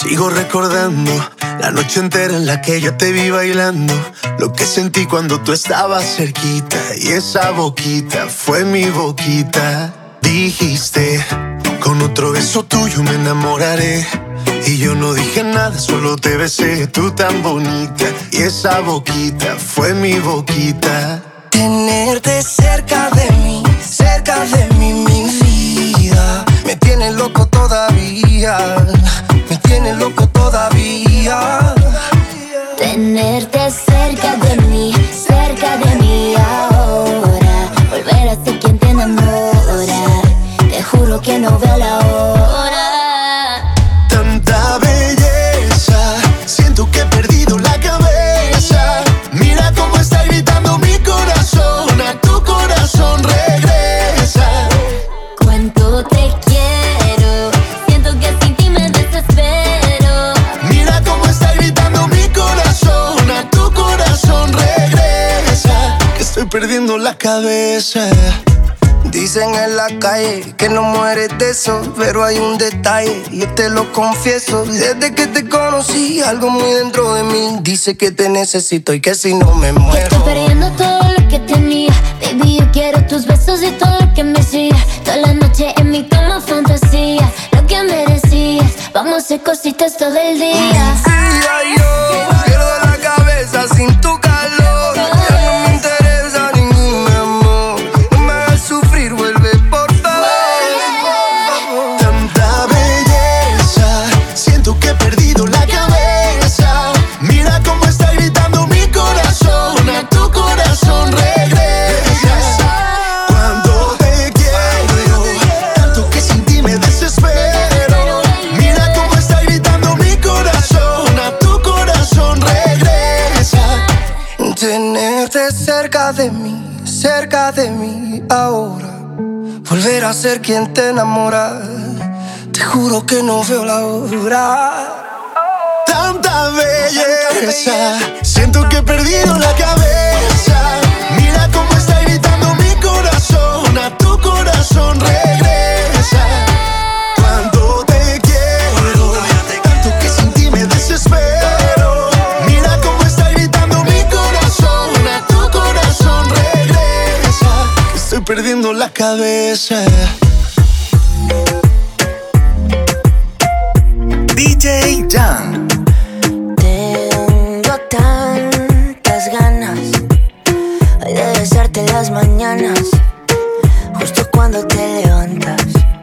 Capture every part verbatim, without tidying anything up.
Sigo recordando la noche entera en la que yo te vi bailando, lo que sentí cuando tú estabas cerquita, y esa boquita fue mi boquita. Dijiste, con otro beso tuyo me enamoraré, y yo no dije nada, solo te besé. Tú tan bonita, y esa boquita fue mi boquita. Tenerte cerca de mí, cerca de mí, mi vida, me tiene loco todavía, me tiene loco todavía. Tenerte cerca de mí, cerca de mí ahora, volver a ser quien te enamora, te juro que no veo la hora. Tanta belleza, siento que he perdido la cabeza. Mira cómo está gritando mi corazón, a tu corazón regresa. Cuánto te quiero, siento que sin ti me desespero. Mira cómo está gritando mi corazón, a tu corazón regresa, que estoy perdiendo la cabeza. Dicen en la calle que no mueres de eso, pero hay un detalle, yo te lo confieso. Desde que te conocí, algo muy dentro de mí dice que te necesito y que si no me muero. Estoy perdiendo todo lo que tenía, baby, yo quiero tus besos y todo lo que me hacía. Toda la noche en mi cama fantasía, lo que merecías, vamos a hacer cositas todo el día. Sí, ay, yo pierdo la cabeza sin tu calor, ya no me interesa ningún amor, no me hagas sufrir, vuelve por favor. Tanta belleza, siento que he perdido la cabeza. Mira cómo está gritando mi corazón, a tu corazón regresa. Cuando te quiero, tanto que sin ti me desespero. Mira cómo está gritando mi corazón, a tu corazón regresa. Tenerte cerca de mí, cerca de mí ahora, volver a ser quien te enamora, te juro que no veo la hora. Tanta belleza, siento que he perdido la cabeza. Mira cómo está gritando mi corazón, a tu corazón regresa. Cuando te quiero, tanto que sin ti me desespero. Mira cómo está gritando mi corazón, a tu corazón regresa, que estoy perdiendo la cabeza. D J Jan. Tengo tantas ganas ay, de besarte en las mañanas, justo cuando te levantas.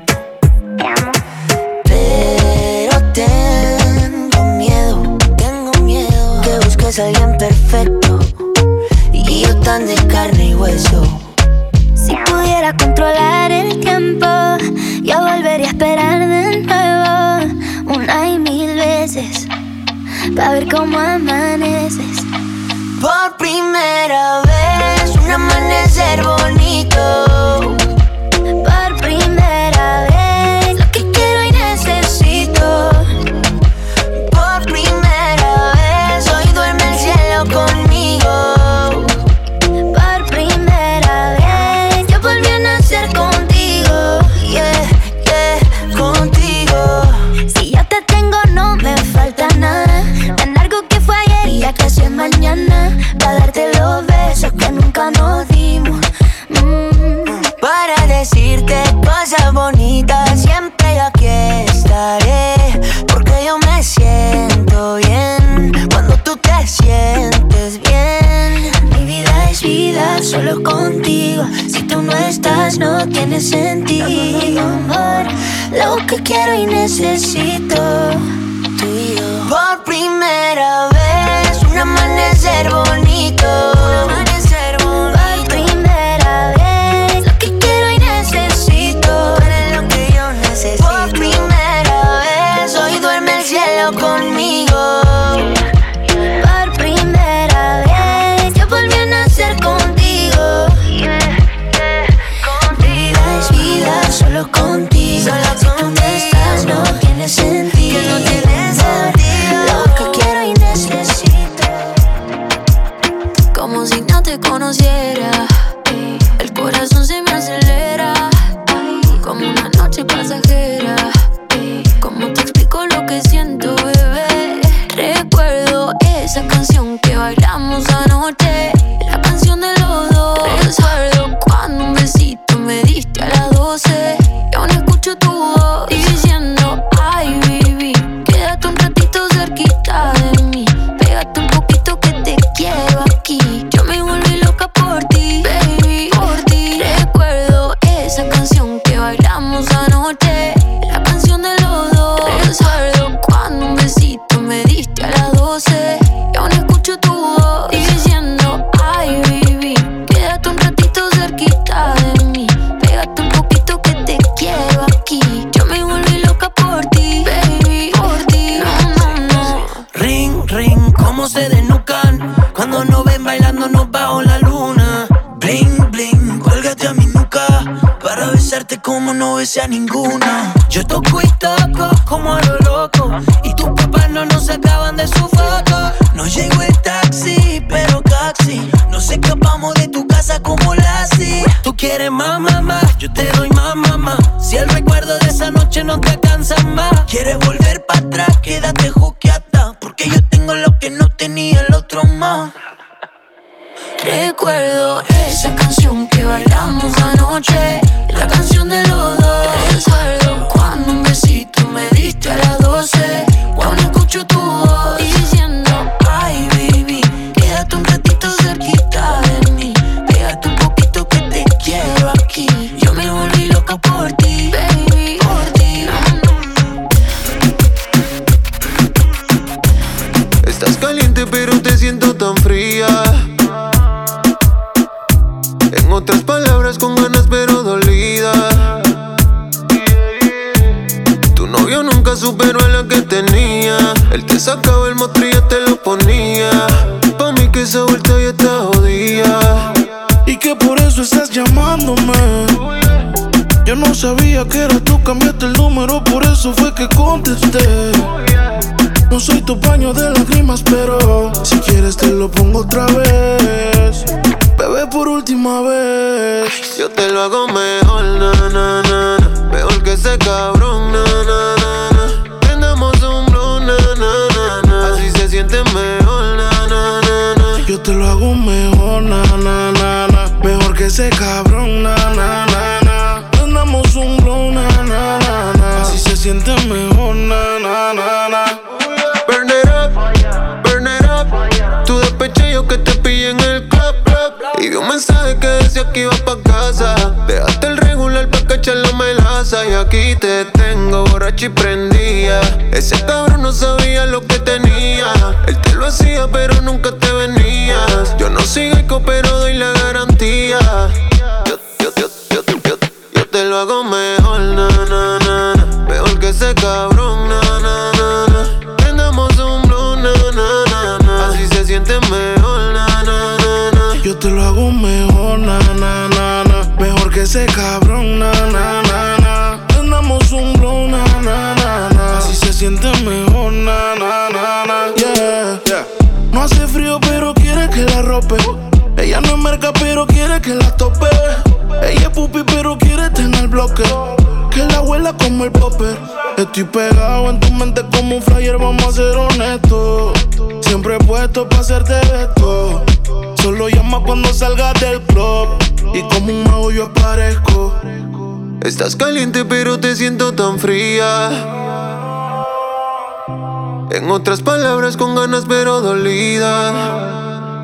Pero tengo miedo, tengo miedo que busques a alguien perfecto y yo tan de carne y hueso. Si pudiera controlar el tiempo, yo volvería a esperar de nuevo una y mil veces pa' ver cómo amaneces. Por primera vez, un amanecer bonito. Por primera vez, lo que quiero y necesito. Por primera vez, hoy duerme el cielo conmigo. Por primera vez, yo volví a nacer contigo. Yeah, yeah, contigo. Si yo te tengo, no me falta nada. Tan largo que fue ayer y ya casi es mañana, pa' darte los besos que nunca nos dimos. mm. Para decirte cosas bonitas, siempre yo aquí estaré, porque yo me siento bien cuando tú te sientes bien. Mi vida es vida solo contigo, si tú no estás no tiene sentido, amor. Lo que quiero y necesito, tú y yo. Por primera vez, un amanecer bonito. Un amanecer bonito. Por primera vez, lo que quiero y necesito. Eres lo que yo necesito. Por primera vez, hoy duerme el cielo conmigo. Por primera vez, yo volví a nacer contigo. Contigo. Vida es vida solo contigo. Solo si tú no estás no tiene sentido. Que no tiene sentido. Lo que quiero y necesito. Como si no te conociera, el corazón se me acelera, como una noche pasajera. ¿Cómo te explico lo que siento, bebé? como no besé a ninguna. Yo toco y toco como a lo loco, y tus papás no nos sacaban de su foto. No llegó el taxi, pero casi nos escapamos de tu casa como Lassie. Tú quieres más, mamá, yo te doy más, mamá. Si el recuerdo de esa noche no te alcanza más, quieres volver para atrás, quédate juqueata, porque yo tengo lo que no tenía el otro más. Recuerdo esa canción que bailamos anoche, la canción de los dos. Recuerdo cuando un besito me diste a las doce, cuando escucho tu voz diciendo ay baby, quédate un ratito cerquita de mí, pégate un poquito que te quiero aquí. Yo me volví loca por ti, baby, por ti. Estás caliente pero te siento tan fría. En otras palabras, con ganas pero dolida. Tu novio nunca superó a la que tenía. Él te sacaba el mostrillo, te lo ponía. Pa' mí que esa vuelta ya está jodida. Y que por eso estás llamándome. Yo no sabía que era tú, cambiaste el número, por eso fue que contesté. No soy tu paño de lágrimas, pero si quieres te lo pongo otra vez. Bebé, por última vez. Yo te lo hago mejor, na, na, na, na. Mejor que ese cabrón, na, na, na, na. Prendamos un blow, na, na, na, na. Así se siente mejor, na, na, na, na. Yo te lo hago mejor, na, na, na, na. Mejor que ese cabrón, na, na, na, na. Prendamos un blow, na, na, na, na. Así se siente mejor, na, na, na, na. Burn it up, burn it up. Tu despeche yo que te pillé en el club. Y vi un mensaje que decía que iba pa' casa. Dejaste el regular pa' cachar la melaza. Y aquí te tengo borracha y prendía. Ese cabrón no sabía lo que tenía. Él te lo hacía pero nunca te venías. Yo no soy gaico pero doy la garantía. Yo, yo, yo, yo, yo, yo te lo hago mejor, na, na, na, na. Mejor que ese cabrón, na, na, na, na. Prendamos un blow, na, na, na, na. Así se siente mejor, na, na, na, na. Yo te lo hago mejor, na, na, na, na. Mejor que ese cabrón, na, na, na, na. Prendamos un blow, na, na, na, na. Así se siente mejor, na, na, na, na. Yeah, yeah. No hace frío pero quiere que la rope. Ella no es merca pero quiere que la tope. Ella es pupi pero quiere tener bloque. Que la huela como el popper. Estoy pegado en tu mente como un flyer, vamos a ser honestos. Siempre puesto pa' hacerte esto. Solo llama cuando salgas del club. Y como un mago yo aparezco. Estás caliente pero te siento tan fría. En otras palabras, con ganas pero dolida.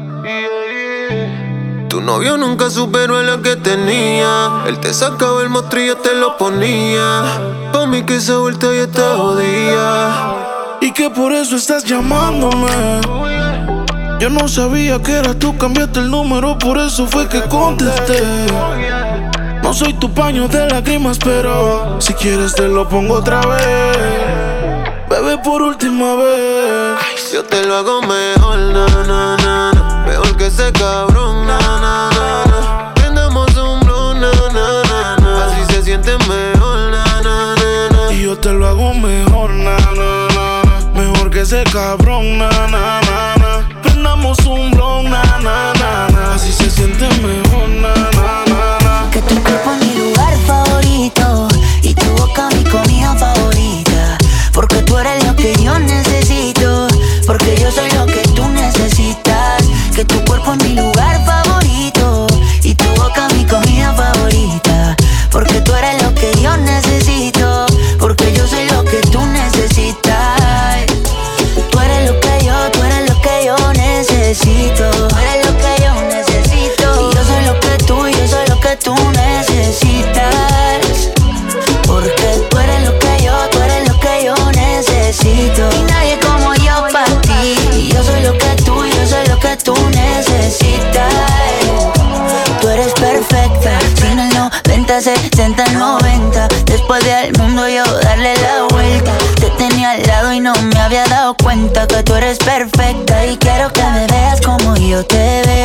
Tu novio nunca superó a la que tenía. Él te sacaba el mostrillo, te lo ponía. Pa' mí que esa vuelta ya está jodida. Y que por eso estás llamándome. Yo no sabía que eras tú, cambiaste el número, por eso fue que contesté. No soy tu paño de lágrimas, pero si quieres te lo pongo otra vez. Bebé, por última vez. Yo te lo hago mejor, na, na, na, na. Mejor que ese cabrón, na, na, na, na. Prendamos un blow, na, na, na, na. Así se siente mejor, na, na, na, na. Y yo te lo hago mejor, na, na, na, na. Mejor que ese cabrón, na, na, na, na. Prendamos un blow, na, na, na, na. Así se siente mejor, na, na, na, na. Que tu cuerpo es mi lugar favorito y tu boca mi comida favorita. Porque tú eres lo que yo necesito, porque yo soy lo que tú necesitas. Que tu cuerpo es mi lugar favorito y tu boca mi comida favorita. Porque tú eres lo que yo necesito, porque yo soy lo que tú necesitas. Tú eres lo que yo, tú eres lo que yo necesito. Tú eres lo que yo necesito. Y yo soy lo que tú, yo soy lo que tú necesitas. Porque tú eres lo que yo, tú eres lo que yo necesito. Y nadie como yo para ti. Y yo soy lo que tú, yo soy lo que tú necesitas. Tú eres perfecta, sin el noventa, sesenta, noventa. Después de al mundo yo darle la vuelta. Te tenía al lado y no me había dado cuenta que tú eres perfecta. Y quiero que me veas como yo te veo.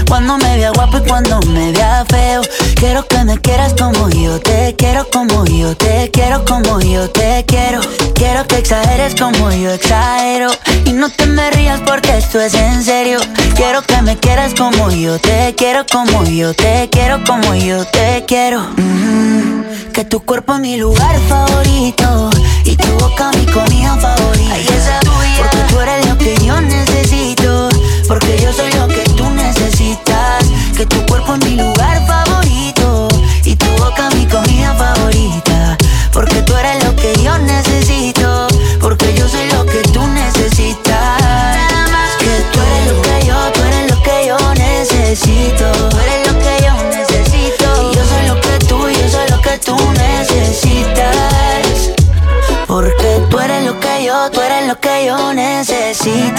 Cuando me vea guapo y cuando me vea feo. Quiero que me quieras como yo te quiero, como yo te quiero, como yo te quiero. Quiero que exageres como yo exagero. Y no te me rías porque esto es en serio. Quiero que me quieras como yo te quiero, como yo te quiero, como yo te quiero. Mm-hmm. Que tu cuerpo es mi lugar favorito y tu boca mi comida favorita. Ay, esa tuya. Porque tú eres lo que yo necesito, porque yo soy lo que tú necesitas. Que tu cuerpo es mi lugar favorito y tu boca mi comida favorita. Porque tú eres lo que yo necesito, porque yo soy lo que tú necesitas. Nada más que tú eres lo que yo, tú eres lo que yo necesito. Tú eres lo que yo necesito. Y yo soy lo que tú, yo soy lo que tú necesitas. Porque tú eres lo que yo, tú eres lo que yo necesito.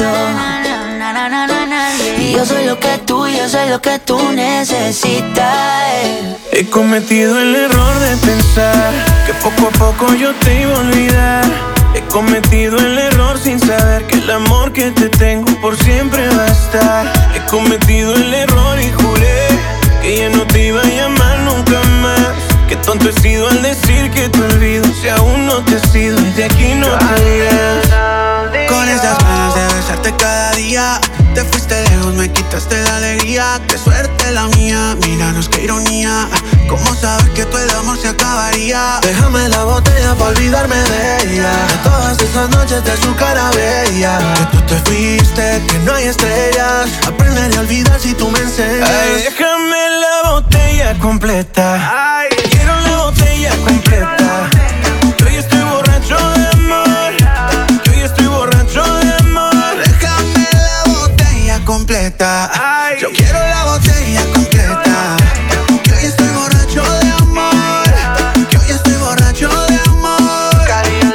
Y yo soy lo que tú, yo soy lo que tú necesitas. He cometido el error de pensar que poco a poco yo te iba a olvidar. He cometido el error sin saber que el amor que te tengo por siempre va a estar. He cometido el error y juré que ya no te iba a llamar nunca más. Qué tonto he sido al decir que te olvido, si aún no te he sido y de aquí no te irás. Con esas ganas de besarte cada día, te fuiste lejos, me quitaste la alegría. Qué suerte la mía, míranos qué ironía. ¿Cómo saber que tu el amor se acabaría? Déjame la botella pa' olvidarme de ella, de todas esas noches de su cara bella. Que tú te fuiste, que no hay estrellas. Aprenderé a olvidar si tú me enseñas. Ay, déjame la botella completa. Ay, quiero la botella completa. Yo ya estoy borracho de amor. Yo ya estoy borracho de amor. Déjame la botella completa. Ay, yo quiero la botella completa. Que hoy estoy borracho de amor. Que hoy estoy borracho de amor.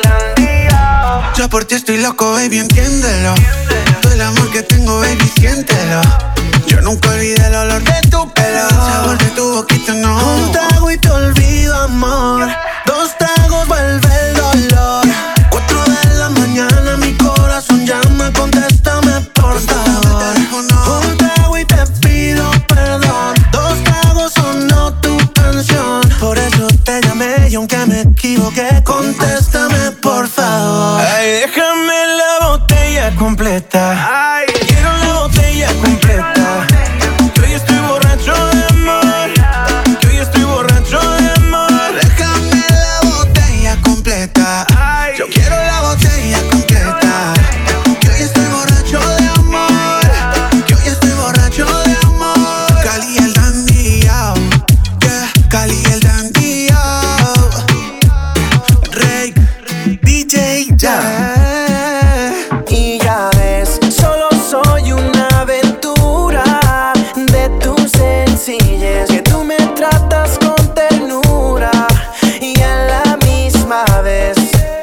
Yo por ti estoy loco, baby, entiéndelo. Todo el amor que tengo, baby, siéntelo. Yo nunca olvidé el olor de tu pelo, el sabor de tu boquita, no. Un trago y te olvido, amor. Dos tragos vuelve el dolor. Cuatro de la mañana mi corazón llama, contéstame por favor. Un trago y te pido perdón. Dos tragos sonó tu canción, por eso te llamé y aunque me equivoqué, contéstame por favor. ay, déjame la botella completa. Ay, quiero la botella completa. Yo ya estoy borracho de amor. Yo ya estoy borracho de amor. Déjame la botella completa. Ay, yo quiero la botella completa. Que hoy estoy borracho de amor. Que hoy estoy borracho de amor. Cali el dandy, oh, yeah. Cali el dandy, oh. Rey, D J, yeah. Y ya ves, solo soy una aventura de tu sencillez, que tú me tratas con ternura y a la misma vez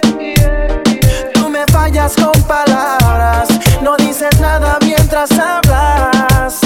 tú me fallas con palabras, no dices nada mientras hablas.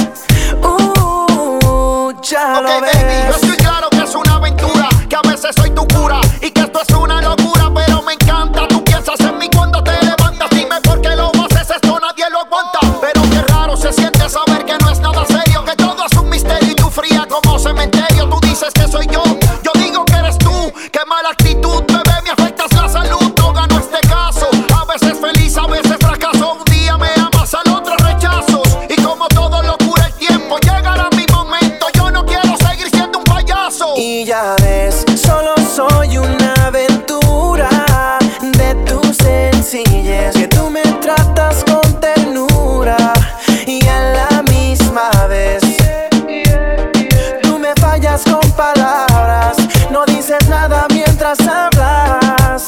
Uh, ya Ok, lo baby, ves. yo estoy claro que es una aventura, que a veces soy tu cura y que esto es una locura, pero me encanta. Tú piensas en mí cuando te levantas, dime por qué lo haces, esto nadie lo aguanta. Pero qué raro se siente saber que no es nada serio, que todo es un misterio y tú fría como cementerio. Tú dices que soy yo, yo digo que eres tú. Qué mala actitud, bebé, me afectas la salud. No gano este caso, a veces feliz, a veces fracaso. Un día me amas, al otro rechazos. Y como todo lo cura el tiempo, llegará mi momento. Yo no quiero seguir siendo un payaso. Y ya ves, solo soy una aventura de tu sencillez, que tú me tratas con ternura y a la misma vez tú me fallas con palabras, no dices nada mientras hablas.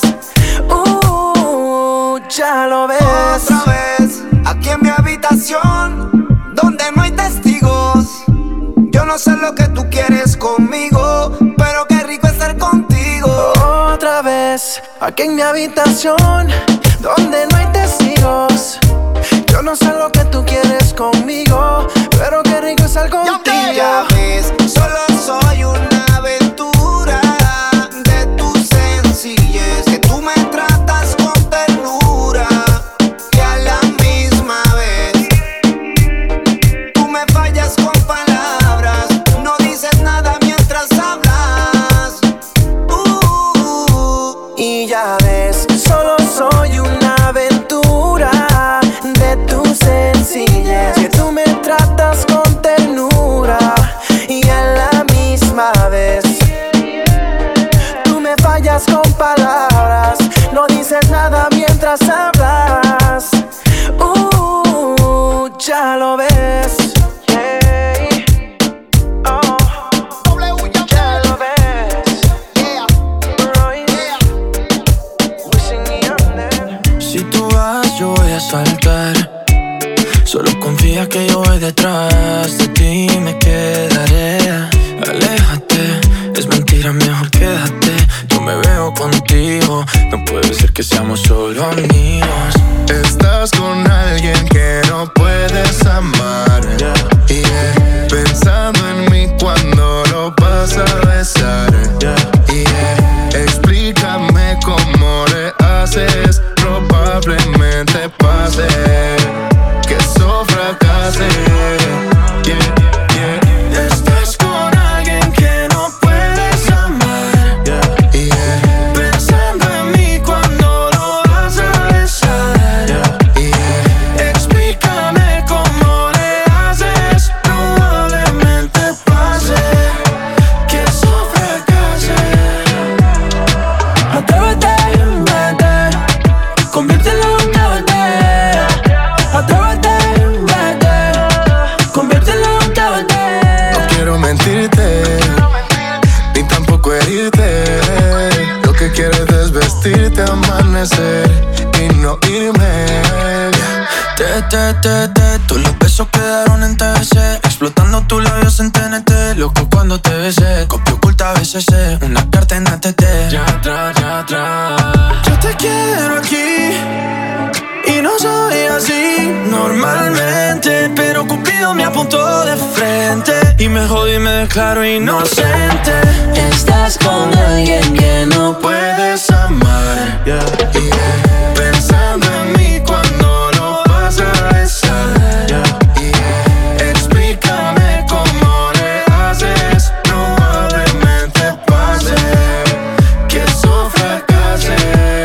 Uh, ya lo ves. Otra vez, aquí en mi habitación, donde no hay testigos. Yo no sé lo que tú quieres conmigo, pero qué rico estar contigo. Otra vez, aquí en mi habitación, donde no hay testigos. Yo no sé lo que tú quieres conmigo, pero qué rico estar contigo. Ya ves, solo soy una aventura de tu sencillez, que tú me tratas con ternura y a la misma vez tú me fallas con palabras. nada mientras hablas. Uh, ya lo ves. Saltar. Solo confía que yo voy detrás de ti y me quedaré. Aléjate, es mentira, mejor quédate. Yo me veo contigo, no puede ser que seamos solo amigos. Estás con alguien que no puedes amar, yeah. Yeah. Pensando en mí cuando lo vas a besar, yeah. Yeah. Explícame cómo le haces. Probablemente pase que eso fracase. Yeah, yeah. Estás con alguien que no puedes amar, yeah. Yeah. Pensando en mí cuando lo vas a besar, yeah. Yeah. Explícame cómo le haces. Probablemente pase que eso fracase. Atrévete, vete, conviértelo en caballero. Atrévete, vete, conviértelo en caballero. No quiero mentirte, ni tampoco herirte. Lo que quiero es desvestirte, amanecer y no irme. Te, te, te, te, todos los besos quedaron en T V C. Explotando tus labios en T N T. Loco cuando te besé, copia oculta B C C. Una carta en A T T. Ya atrás, ya atrás. Yo te quiero aquí y no soy así normalmente, pero Cupido me apuntó de frente y me jodí y me declaro inocente. Estás con alguien que no puedes amar, Yeah, yeah. Pensando en mí cuando lo vas a besar, yeah. Yeah. Explícame cómo le haces. Probablemente pase que eso fracase.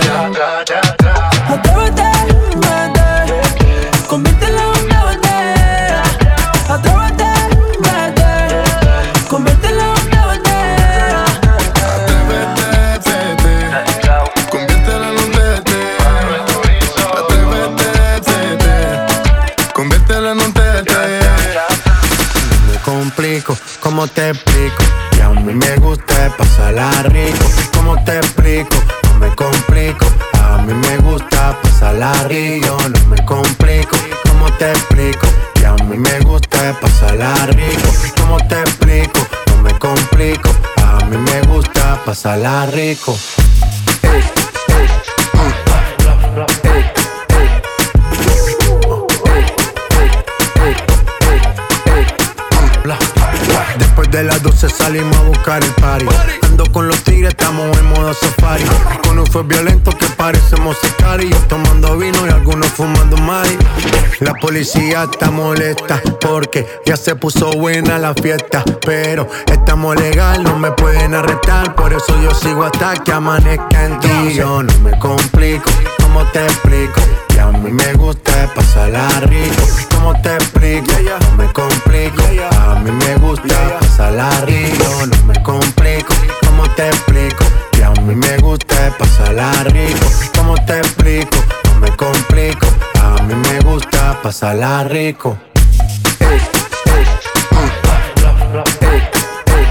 Atrévete, vete, conviértelo en caballero. Atrévete, vete, conviértelo en caballero. Atrévete, vete, conviértelo en un tete. Atrévete, vete, conviértelo en un tete. Me complico, ¿cómo te explico? Que a mí me gusta pasarla rico. ¿Cómo te explico? No me complico. A mí me gusta pasarla rico. No me complico. ¿Cómo te explico? Que a mí me gusta pasarla rico. ¿Cómo te explico? No me complico. A mí me gusta pasarla rico. Ey, ey, mm. Ey, ey. Después de las doce salimos a buscar el party. Ando con los tigres, estamos en modo safari. Con un fue violento que parecemos sicarios. Tomando vino y algunos fumando mari. La policía está molesta porque ya se puso buena la fiesta. Pero estamos legal, no me pueden arrestar. Por eso yo sigo hasta que amanezca en ti. Yo no me complico, ¿cómo te explico? Que a mí me gusta pasarla rico. ¿Cómo te explico? No me complico. A mí me gusta pasarla rico. No me complico. ¿Cómo te explico? Que a mí me gusta pasarla rico. ¿Cómo te explico? No me complico. A mí me gusta pasarla rico. Ey, ey, mm. Ey, ey.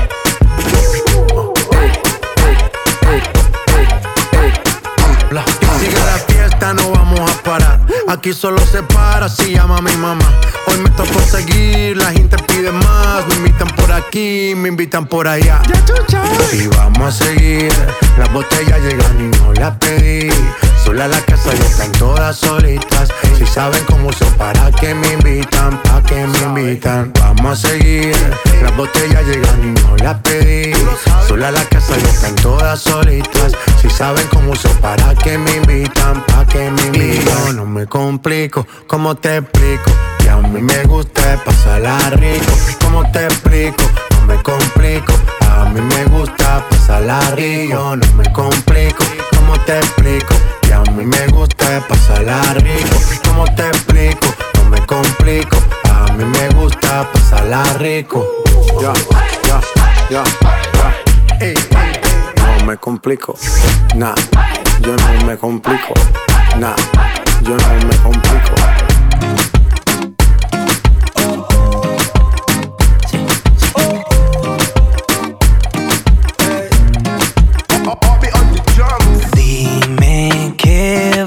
Ey, ey, ey, ey. Sigue la fiesta, no vamos a parar. Aquí solo se para si llama mi mamá. Hoy me tocó seguir, la gente pide más. Me invitan por aquí, me invitan por allá. Y vamos a seguir. Las botellas llegan y no las pedí. Sola la casa y están todas solitas. Si saben cómo son, para que me invitan, pa' que me invitan. Vamos a seguir. Las botellas llegan y no las pedí. Sola la casa y están todas solitas. Si saben cómo son, para que me invitan, pa' que me invitan. Yo no me complico, ¿cómo te explico? Que a mí me gusta pasarla rico. ¿Cómo te explico? No me complico. A mí me gusta pasarla rico. No me complico. ¿Cómo te explico? Que a mí me gusta pasarla rico. ¿Cómo te explico? No me complico. A mí me gusta pasarla rico. Ya, ya, ya, ya. Ey, ey, no me complico. Nah, yo no me complico. Nah, yo no me complico. Dime qué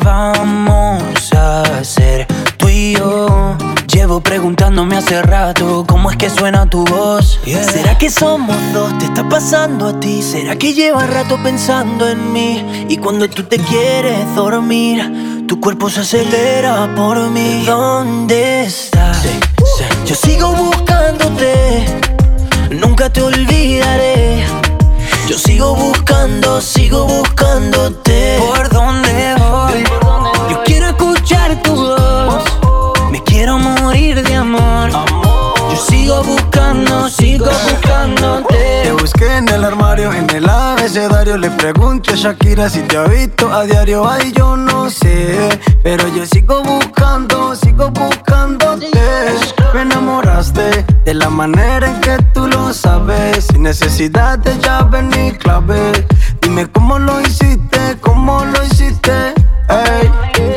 vamos a hacer tú y yo. Llevo preguntándome hace rato cómo es que suena tu voz. Yeah. ¿Será que somos dos? ¿Te está pasando a ti? ¿Será que llevas rato pensando en mí? Y cuando tú te quieres dormir, tu cuerpo se acelera por mí. ¿Dónde estás? Sí, sí. Yo sigo buscándote, nunca te olvidaré. Yo sigo buscando, sigo buscándote. ¿Por dónde voy? Yo quiero escuchar tu voz. Me quiero morir de amor. Yo sigo buscando, sigo buscándote. Te busqué en el armario, en el abecedario. Le pregunto a Shakira si te ha visto a diario. Ay, yo no sé, pero yo sigo buscando, sigo buscándote. Me enamoraste de la manera en que tú lo sabes, sin necesidad de llave ni clave. Dime cómo lo hiciste, cómo lo hiciste. Ey,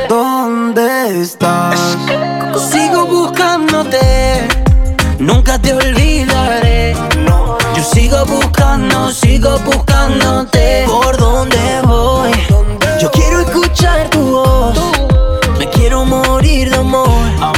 ¿dónde estás? Sigo buscándote, nunca te olvidaré. Yo sigo buscando, sigo buscándote. ¿Por dónde voy? Yo quiero escuchar tu voz. Me quiero morir de amor.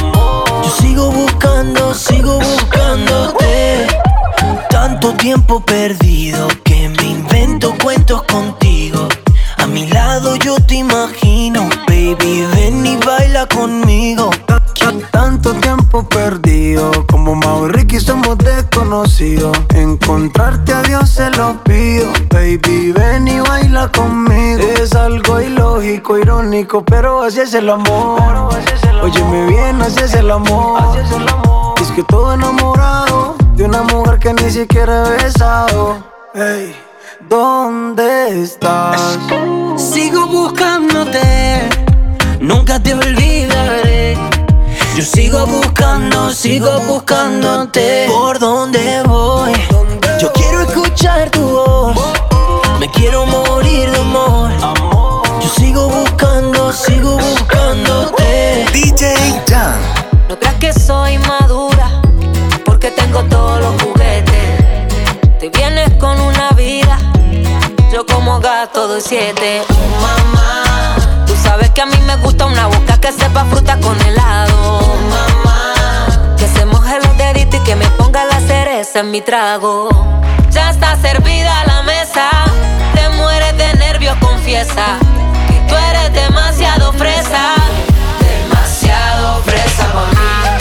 Yo sigo buscando, sigo buscándote. Tanto tiempo perdido que me invento cuentos contigo. A mi lado yo te imagino, baby, ven y baila conmigo. Tanto tiempo perdido, como Mau y Ricky somos desconocidos. Encontrarte a Dios se lo pido, baby, ven y baila conmigo. Es algo ilógico, irónico, pero así es el amor. Óyeme bien, así es el amor. Es que todo enamorado de una mujer que ni siquiera he besado. Hey, ¿dónde estás? Sigo buscándote, nunca te olvidaré. Yo sigo buscando, sigo buscándote. ¿Por dónde voy? Yo quiero escuchar tu voz. Me quiero morir de amor. Yo sigo buscando, sigo buscándote. D J Jan. No creas que soy madura, porque tengo todos los juguetes. Te vienes con una vida, yo como gato doy siete. Oh, mamá, tú sabes que a mí me gusta una boca que sepa fruta con helado. Oh, mamá, que se moje los deditos y que me ponga la cereza en mi trago. Ya está servida la mesa, te mueres de nervios, confiesa que tú eres demasiado fresa. Demasiado fresa pa' mí.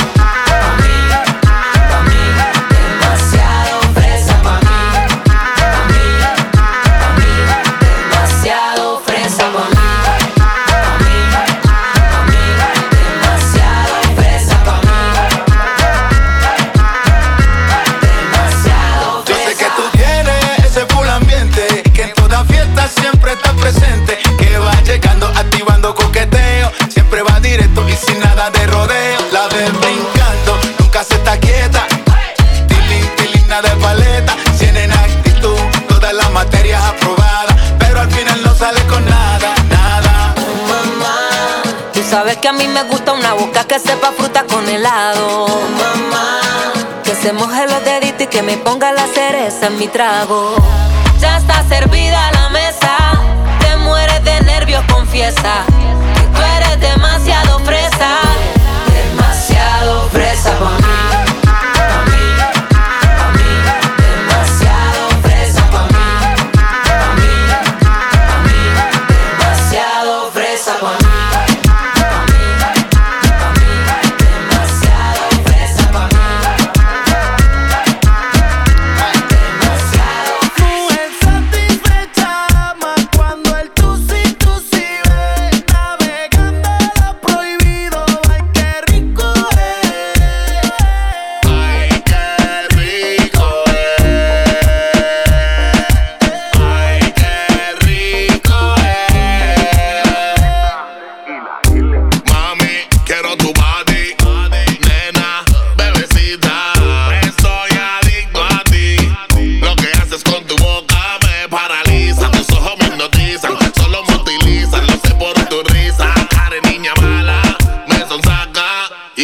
Siempre está presente, que va llegando, activando coqueteo. Siempre va directo y sin nada de rodeo. La ves brincando, nunca se está quieta. Tilín, tilín, nada de paleta. Tienen actitud, todas las materias aprobadas, pero al final no sale con nada, nada. Oh, mamá, tú sabes que a mí me gusta una boca que sepa fruta con helado. Oh, mamá, que se moje los deditos y que me ponga la cereza en mi trago. Ya está servida la mesa, te mueres de nervios, confiesa que tú eres demasiado fresa. Demasiado fresa pa' mí, pa' mí, pa' mí. Demasiado fresa pa' mí, pa' mí, pa' mí. Demasiado fresa pa' mí. Mujer satisfecha, más cuando el tú sí, tú sí ven.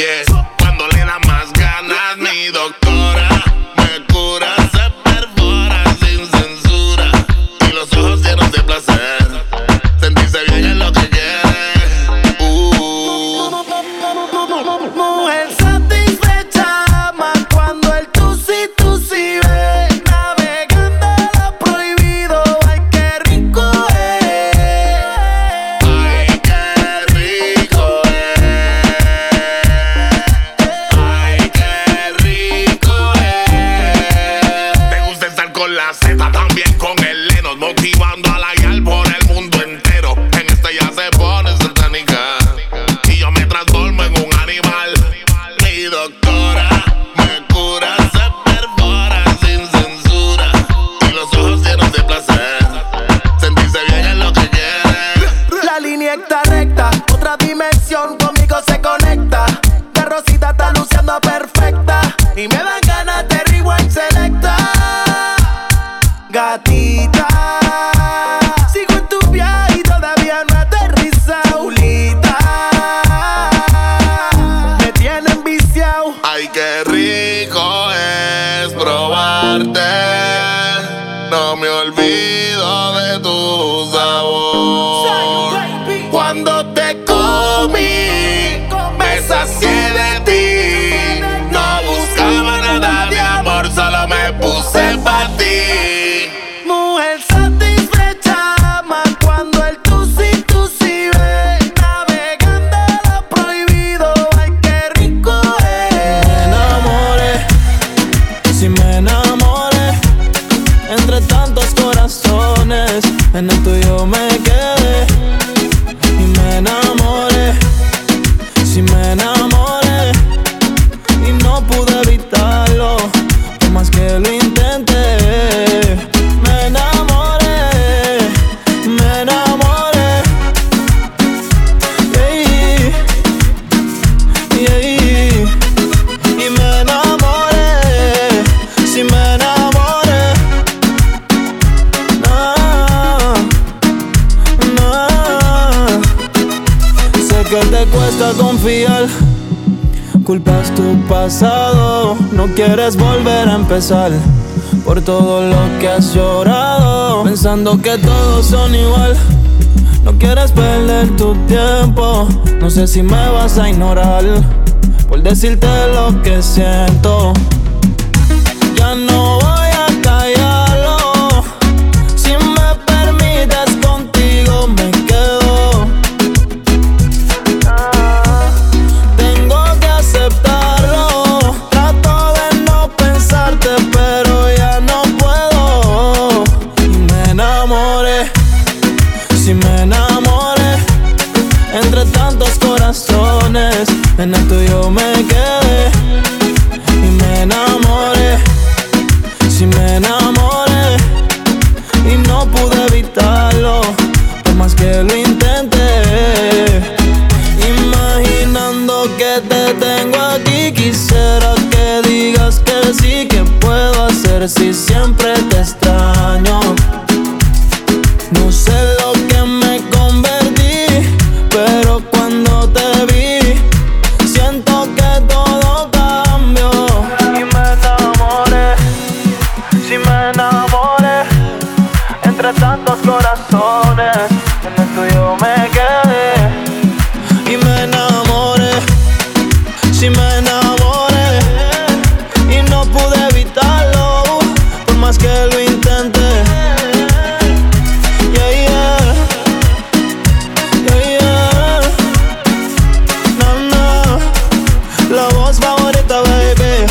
Yeah, cuando le da más ganas, mi doctora me cura, se perfora sin censura y los ojos llenos de placer. Sentirse bien es lo que quiere. Uh. Mujer satisfecha, más cuando el tusi tusi ve, navegando lo prohibido. Ay, qué rico es. Ay, qué rico es. Ay, qué rico es. Te gusta estar con la Z, también con el Lenos, motivando a la yal por el mundo entero. En este ya se pone satánica y yo me transformo en un animal. Mi doctora me cura, se perfora sin censura y los ojos llenos de placer. Sentirse bien es lo que quiere. La línea está recta, otra dimensión conmigo se conecta. La rosita está luciendo perfecta y me dan ganas de rewind selecta. Gatita, sigo en tu viaje y todavía no aterriza. Ulita, me tienen viciado. Ay, qué rico es probarte. No me olvido de tu sabor. Cuando te comí, me sacié de ti. No buscaba nada de amor, solo me puse pa' ti. Mujer satisfecha, más cuando el tusi tusi ve, navegando lo prohibido. Ay, qué rico es. Me enamoré, si me enamoré, entre tantos corazones, en el tuyo me quedé. Y me enamoré, si me enamoré, y no pude evitarlo, por más que lo intenté. Me enamoré, me enamoré, yeah, yeah. Y me enamoré, si me enamoré, no, no. Sé que te cuesta confiar, culpas tu pasado, no quieres volver a empezar por todo lo que has llorado, pensando que todos son igual. No quieres perder tu tiempo, no sé si me vas a ignorar por decirte lo que siento. Ya no voy a callarlo, si me permites contigo me quedo. Tengo que aceptarlo, trato de no pensarte pero ya no puedo. Y me enamoré, si me enamoré, entre tantos corazones, en el tuyo me quedé. Y me enamoré, si me enamoré, y no pude evitarlo, por más que lo intenté. Imaginando que te tengo aquí, quisiera que digas que sí, que puedo hacer si siempre te extraño. No sé lo que me convertí, pero cuando te vi, siento que todo cambió. Y me enamoré, si me enamoré, entre tantos corazones, en el tuyo me quedé. Y me enamoré, si me enamoré, y no pude evitarlo, por más que lo intenté. Yeah, yeah, yeah, yeah. No, no, la voz favorita, baby.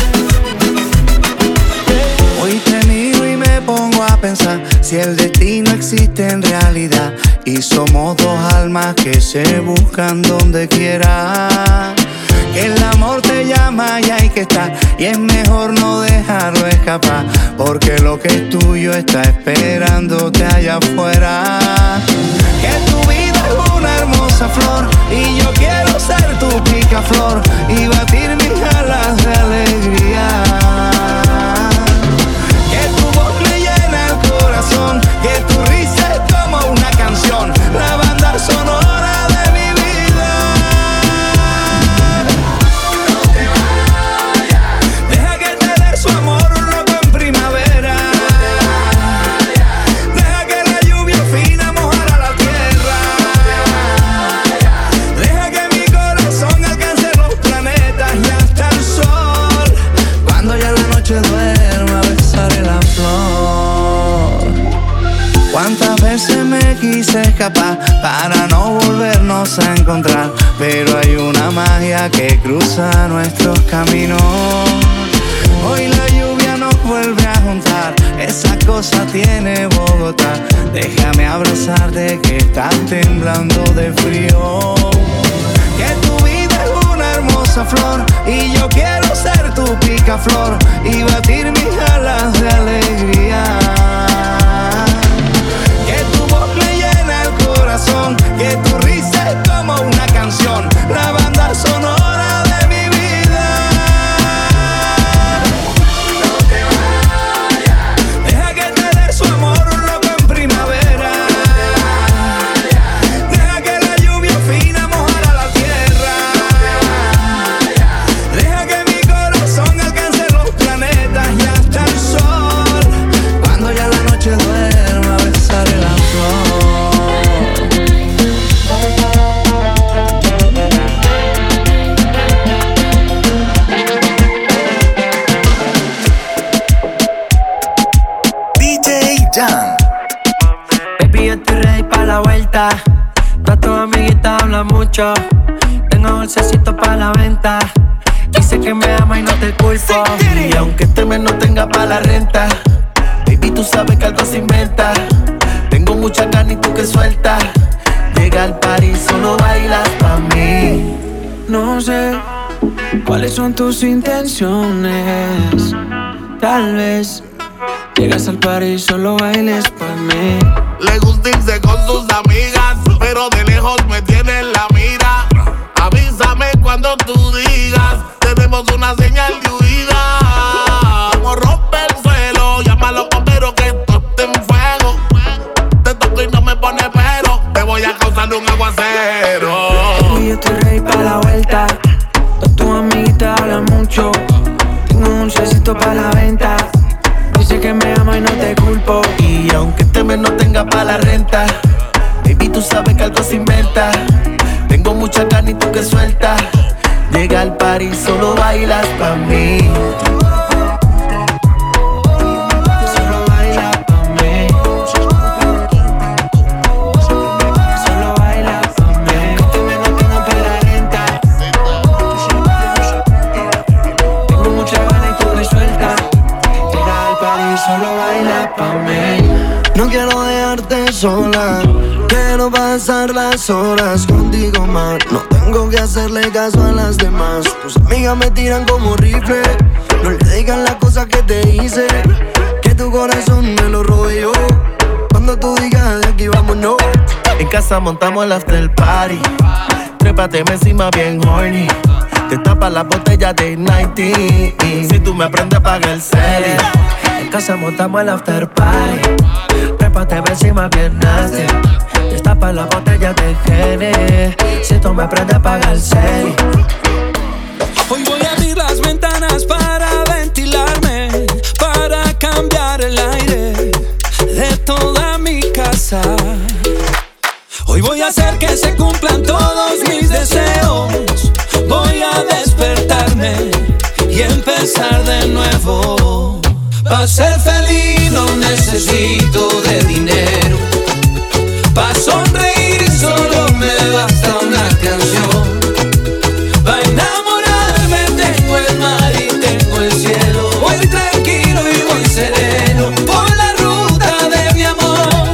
Hoy te miro y me pongo a pensar si el destino existe en realidad y somos dos almas que se buscan donde quiera. Que el amor te llama y hay que estar, y es mejor no dejarlo escapar, porque lo que es tuyo está esperándote allá afuera. Que tu vida es una hermosa flor y yo quiero ser tu picaflor y batir mis alas de alegría. Que tu voz me llena el corazón, que tu risa es como una canción, la banda sonora de mi vida. escapar para no volvernos a encontrar. Pero hay una magia que cruza nuestros caminos. Hoy la lluvia nos vuelve a juntar, esa cosa tiene Bogotá. Déjame abrazarte que estás temblando de frío. Que tu vida es una hermosa flor y yo quiero ser tu picaflor y batir mis alas de alegría. Que tu voz me llena el corazón, que tu risa es como una canción, la banda sonora de mi vida. No te vayas, deja que te dé su amor un loco en primavera. Deja que la lluvia fina mojara la tierra. Deja que mi corazón alcance los planetas y hasta el sol. Cuando ya la noche duerma, besaré la flor. D J Jan. Baby, yo estoy ready pa' la vuelta. Todas tus amiguitas hablan mucho. Tengo dulcecito pa' la venta. Dice que me ama y no te culpo. Y aunque este mes no tenga pa' la renta, baby, tú sabes que algo se inventa. Tengo mucha carne y tú que sueltas. Llega al party, solo bailas pa' mí. No sé cuáles son tus intenciones. Tal vez llegas al party y solo bailes pa' mí. Le gusta irse con sus amigas, pero de lejos me tiene en la mira. Avísame cuando tú digas, tenemos una señal de huida. Como rompe el suelo, llama a los bomberos que esto está en fuego. Te toco y no me pone pero, te voy a causar un aguacero. Y yo estoy ready pa' la vuelta. Todas tus amiguitas hablan mucho. Tengo un dulcecito pa' la venta. Dice que me ama y no te culpo. Y aunque este mes no tenga pa' la renta, baby, tú sabes que algo se inventa. Tengo mucha carne y tú que sueltas. Llega al party, solo bailas pa' mí. Solo baila pa' mí. Solo baila pa' mí. Que este mes no tenga pa' la renta. Tengo mucha gana y tú que sueltas. Llega al party, solo baila pa' mí. No quiero dejarte sola, quiero pasar las horas contigo más. No tengo que hacerle caso a las demás. Tus amigas me tiran como rifle. No le digan las cosas que te hice, que tu corazón me lo robé yo. Cuando tú digas de aquí vámonos. En casa montamos el after party. Trépate encima bien horny. Te tapa la botella de noventa. Si tú me aprendes a pagar el cel. En casa montamos el after party. Prépate encima bien nasty. Destapa la botella de Gene. Si tú me aprendes a pagar el cel. Hoy voy a abrir las ventanas para ventilarme, para cambiar el aire de toda mi casa. Hoy voy a hacer que se cumplan todos mis deseos. Voy a despertarme y empezar de nuevo. Pa' ser feliz no necesito de dinero. Pa' sonreír solo me basta una canción. Pa' enamorarme tengo el mar y tengo el cielo. Voy tranquilo y voy sereno por la ruta de mi amor.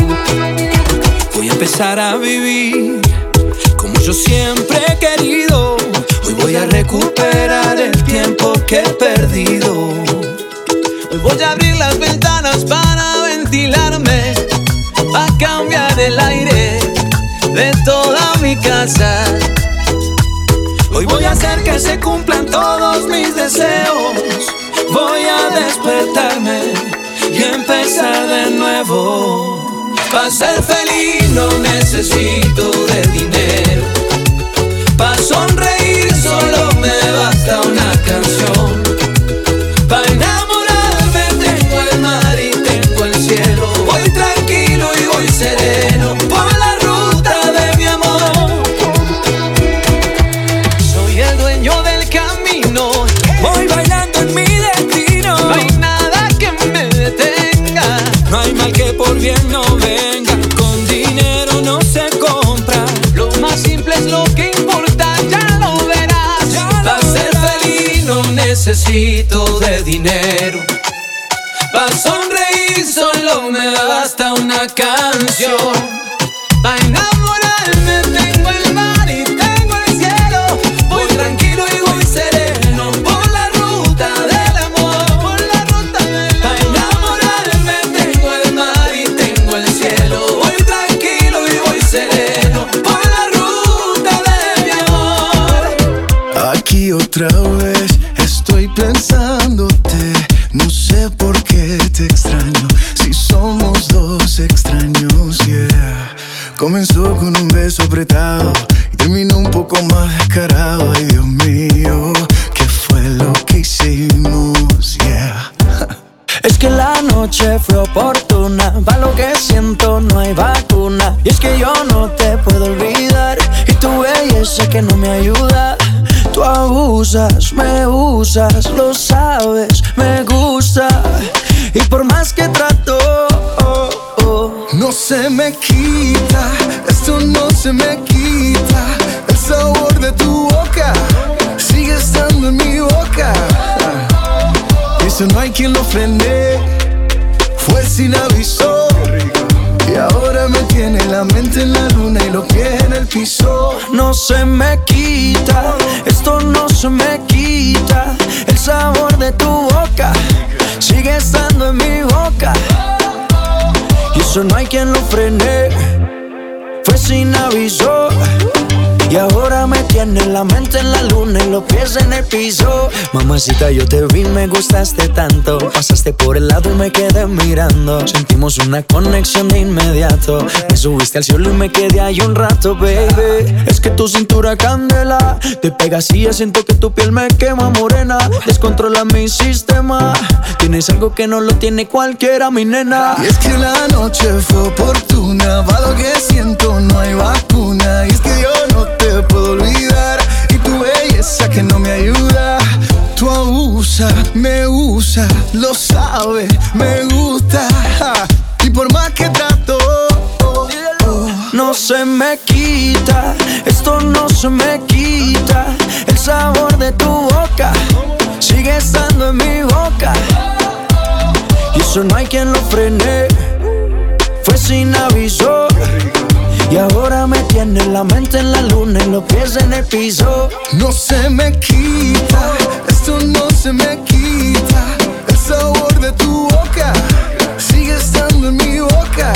Voy a empezar a vivir como yo siempre he querido. Hoy voy a recuperar el tiempo que he perdido. Hoy voy a abrir las ventanas para ventilarme, para cambiar el aire de toda mi casa. Hoy voy a hacer que se cumplan todos mis deseos. Voy a despertarme y empezar de nuevo. Para ser feliz no necesito de dinero. Para sonreír solo me basta una canción. Para enamorarme tengo el mar y tengo el cielo. Voy tranquilo y voy sereno por la ruta de mi amor. Soy el dueño del camino. Voy bailando en mi destino. No hay nada que me detenga. No hay mal que por bien no venga. Con dinero necesito de dinero. Pa' sonreír solo me basta una canción. Pa' enamorarme tengo el mar y tengo el cielo. Voy tranquilo y voy sereno por la ruta del amor, por la ruta del amor. Pa' enamorarme tengo el mar y tengo el cielo. Voy tranquilo y voy sereno por la ruta de mi amor. Aquí otra vez estoy pensándote. No sé por qué te extraño, si somos dos extraños, yeah. Comenzó con un beso apretado y terminó un poco más descarado. Ay, Dios mío, ¿qué fue lo que hicimos? Yeah. Es que la noche fue oportuna, pa' lo que siento no hay vacuna. Y es que yo no te puedo olvidar, y tu belleza que no me ayuda. Tú abusas, me usas, lo sabes, me gusta. Y por más que trato, oh, oh, no se me quita, esto no se me quita. El sabor de tu boca sigue estando en mi boca. Eso no hay quien lo frene, fue sin aviso. Y ahora me tiene la mente en la luna y los pies en el piso. No se me quita, esto no se me quita. El sabor de tu boca sigue estando en mi boca. Y eso no hay quien lo frene, fue sin aviso. Y ahora me tiene la mente en la luna y los pies en el piso. Mamacita, yo te vi, me gustaste tanto. Pasaste por el lado y me quedé mirando. Sentimos una conexión de inmediato. Me subiste al cielo y me quedé ahí un rato, baby. Es que tu cintura candela, te pegas y ya siento que tu piel me quema morena. Descontrola mi sistema, tienes algo que no lo tiene cualquiera, mi nena. Y es que la noche fue oportuna, pa' lo que siento no hay vacuna. Y es que yo no te puedo olvidar, y tu belleza que no me ayuda. Tú abusas, me usa, lo sabes, me gusta. Y por más que trato, oh, oh, no se me quita, esto no se me quita. El sabor de tu boca sigue estando en mi boca. Y eso no hay quien lo frene, fue sin aviso. Y ahora me tiene la mente en la luna y los pies en el piso. No se me quita, esto no se me quita. El sabor de tu boca sigue estando en mi boca.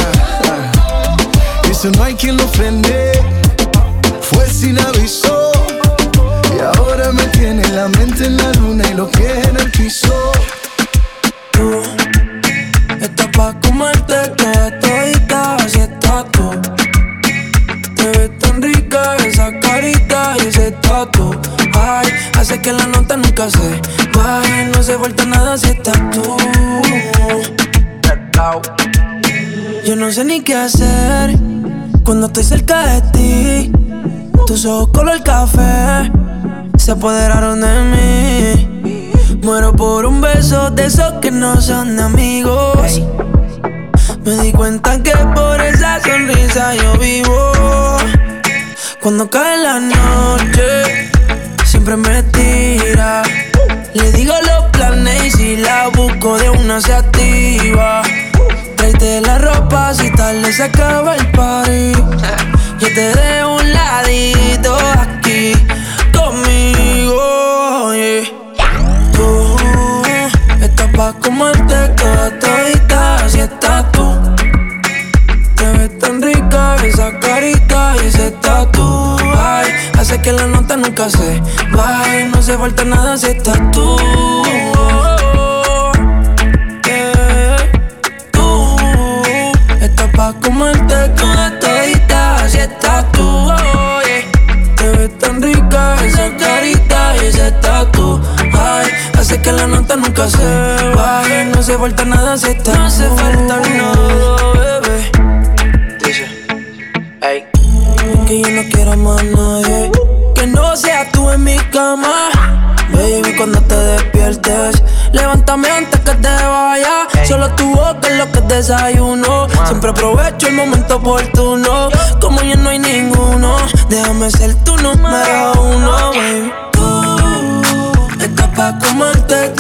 Y eso no hay quien lo frene, fue sin aviso. Y ahora me tiene la mente en la luna y los pies en el piso. Tú estás pa' comerte toda todita, así estás tú. Te ves tan rica esa carita y ese tatu. Ay, hace que la nota nunca se baje. No hace falta nada si estás tú. Yo no sé ni qué hacer cuando estoy cerca de ti. Tus ojos color café se apoderaron de mí. Muero por un beso de esos que no son de amigos. Me di cuenta que por esa sonrisa yo vivo. Cuando cae la noche, siempre me tira. Le digo los planes y si la busco de una se activa. Tráete la ropa si tarde se acaba el party. Yo te dejo un ladito aquí conmigo, yeah. Tú estás pa' comerte toda todita, así estás tú. Te ves tan rica esa carita y ese tatu. Ay, hace que la nota nunca se baje. No hace falta nada si estás tú. Yeah. Tú estás pa' comerte toda todita, así estás tú. Oh, yeah. Te ves tan rica esa carita y ese tatu. Ay, hace que la nota nunca se baje. No hace falta nada si estás tú. No hace falta nada, bebé. Ey. Que yo no quiero más nadie que no seas tú en mi cama. Baby, cuando te despiertes, levántame antes que te vayas. Solo tu boca es lo que desayuno. Siempre aprovecho el momento oportuno. Como ya no hay ninguno, déjame ser tu número uno, baby. Tú estás pa' comerte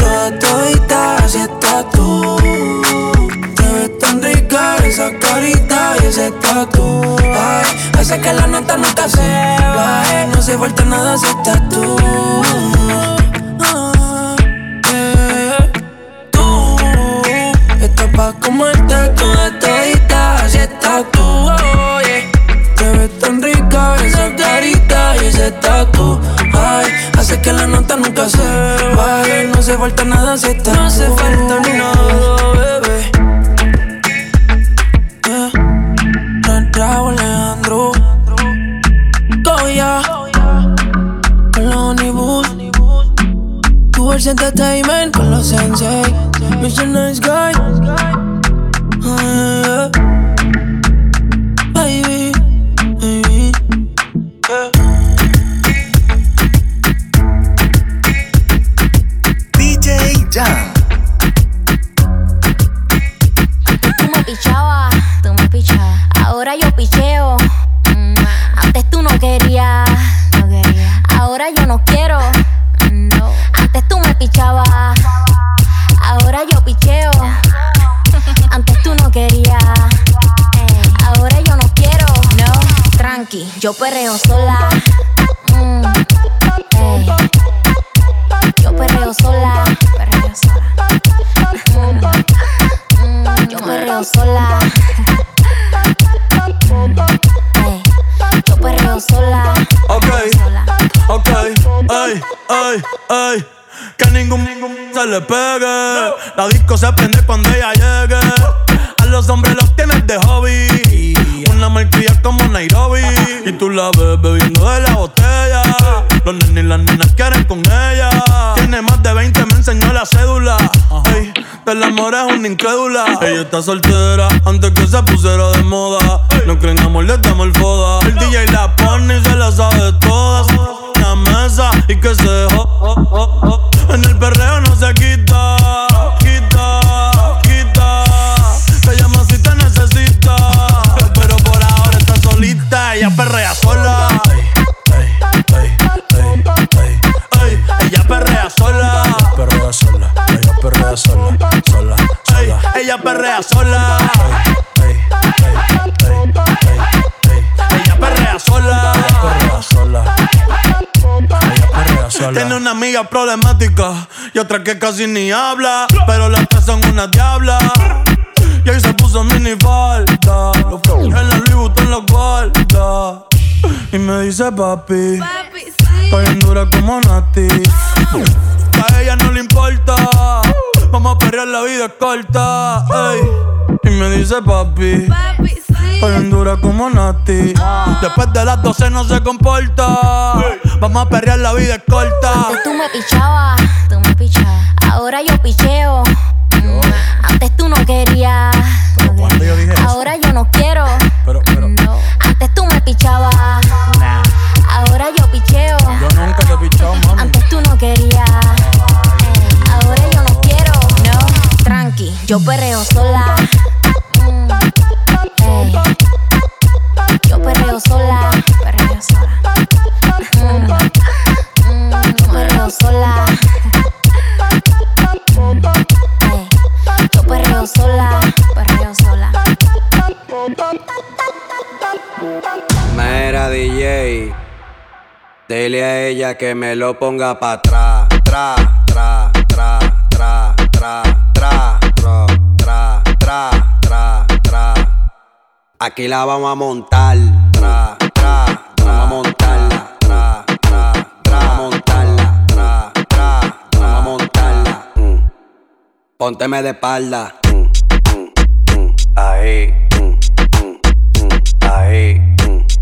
que la nota nunca se va. No hace falta nada si estás tú. Tú estás pa' comerte toda todita si estás tú. Oh, yeah. Te ves tan rica esa carita y ese tatu. Ay, hace que la nota nunca se baje. No hace falta nada si estás tú. No hace falta ni nada, bebé. Yeah. Raúl Alejandro Goya con los Honeyboos, Tours Entertainment con los Sensei, mister Nice Guy. Uh, baby, baby, yeah. D J Jam. Tú me pichabas, tú me pichabas. Ahora yo picheo. Mm, antes tú no querías. No quería. Ahora yo no quiero. No. Antes tú me pichabas. Ahora yo picheo. Antes tú no querías. Ey. Ahora yo no quiero. No. Tranqui, yo perreo sola. Mm. Ey. Yo perreo sola. Perreo sola. Mm. Mm. Yo perreo sola. Hey, yo perreo sola. Ok, sola. ok, ay, ay, ay. Que ningún, ningún se le pegue. La disco se prende cuando ella llegue. A los hombres los tienes de hobby. Una malcria como Nairobi. Y tú la ves bebiendo de la botella. Los nenes y las nenas quieren con ella. Tiene más de veinte, me enseñó la cédula. Ey, del amor es una incrédula. Ella está soltera antes que se pusiera de moda. No creen amor, le damos el foda. El D J la pone y se la sabe todas. Una mesa y que se dejó. Oh, oh, oh. En el perreo no se quita. Quita, quita. Te llama si te necesita. Pero por ahora está solita. Ella perrea sola. Ey, ey, ey, ey, ey. Ella perrea sola. Ella perrea sola. Ella perrea sola. Sola, sola. Ella perrea sola. Ey, ey, ey, ey, ey. Ella perrea sola. Ella perrea sola. Ella perrea sola. Tiene una amiga problemática y otra que casi ni habla, pero las tres son una diabla. Y ahí se puso mini falta. Los flow en la Louis Vuitton los guarda. Y me dice papi, papi sí. Estoy en dura como Nati. A ella no le importa. Vamos a perrear, la vida es corta. Ey. Y me dice papi, papi sí. Estoy en dura como Nati. Después de las doce no se comporta. Vamos a perrear, la vida es corta. Antes tú me pichabas, tú me pichabas. Ahora yo picheo. Mm. Antes tú no querías. ¿Pero cuándo yo dije eso? Ahora yo no quiero. Pero, pero. No. Antes tú me pichabas. Nah. Ahora yo picheo. Yo nunca te he pichado, mami. Antes tú no querías. Ey. Ahora yo no quiero. No. Tranqui, yo perreo sola. Mm. Ey. Yo perreo sola. Perreo sola. Mm. Mm. Yo perreo sola. Ey. Yo perreo sola. Perreo sola. Mera D J, dile a ella que me lo ponga pa' atrás. Tra, tra, tra, tra, tra, tra, tra, tra, tra, tra, tra. Aquí la vamos a montar. Tra, tra, vamos a montarla. Tra, tra, tra, vamos a montarla. Tra, tra, vamos a montarla. Mm. Pónteme de espalda. Mm, mm, mm. Ahí. Ahí,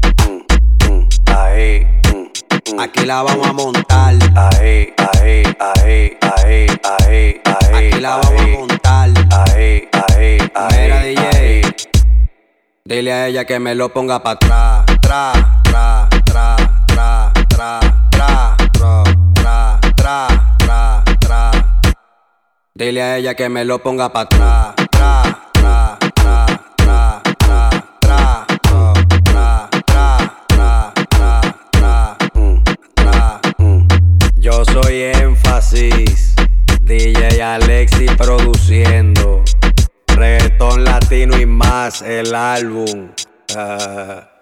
ahí, aquí la vamos a montar. Ahí, ahí, ahí, ahí, ahí, ahí. Aquí la vamos a montar. Ahí, ahí, ahí. Mira D J, dile a ella que me lo ponga pa' atrás. Tra, tra, tra, tra, tra, tra, tra, tra, tra, tra, tra. Dile a ella que me lo ponga pa' atrás. Tra, tra, tra, tra, tra, tra. Yo soy Énfasis, D J Alexi produciendo reggaetón latino y más el álbum. Uh.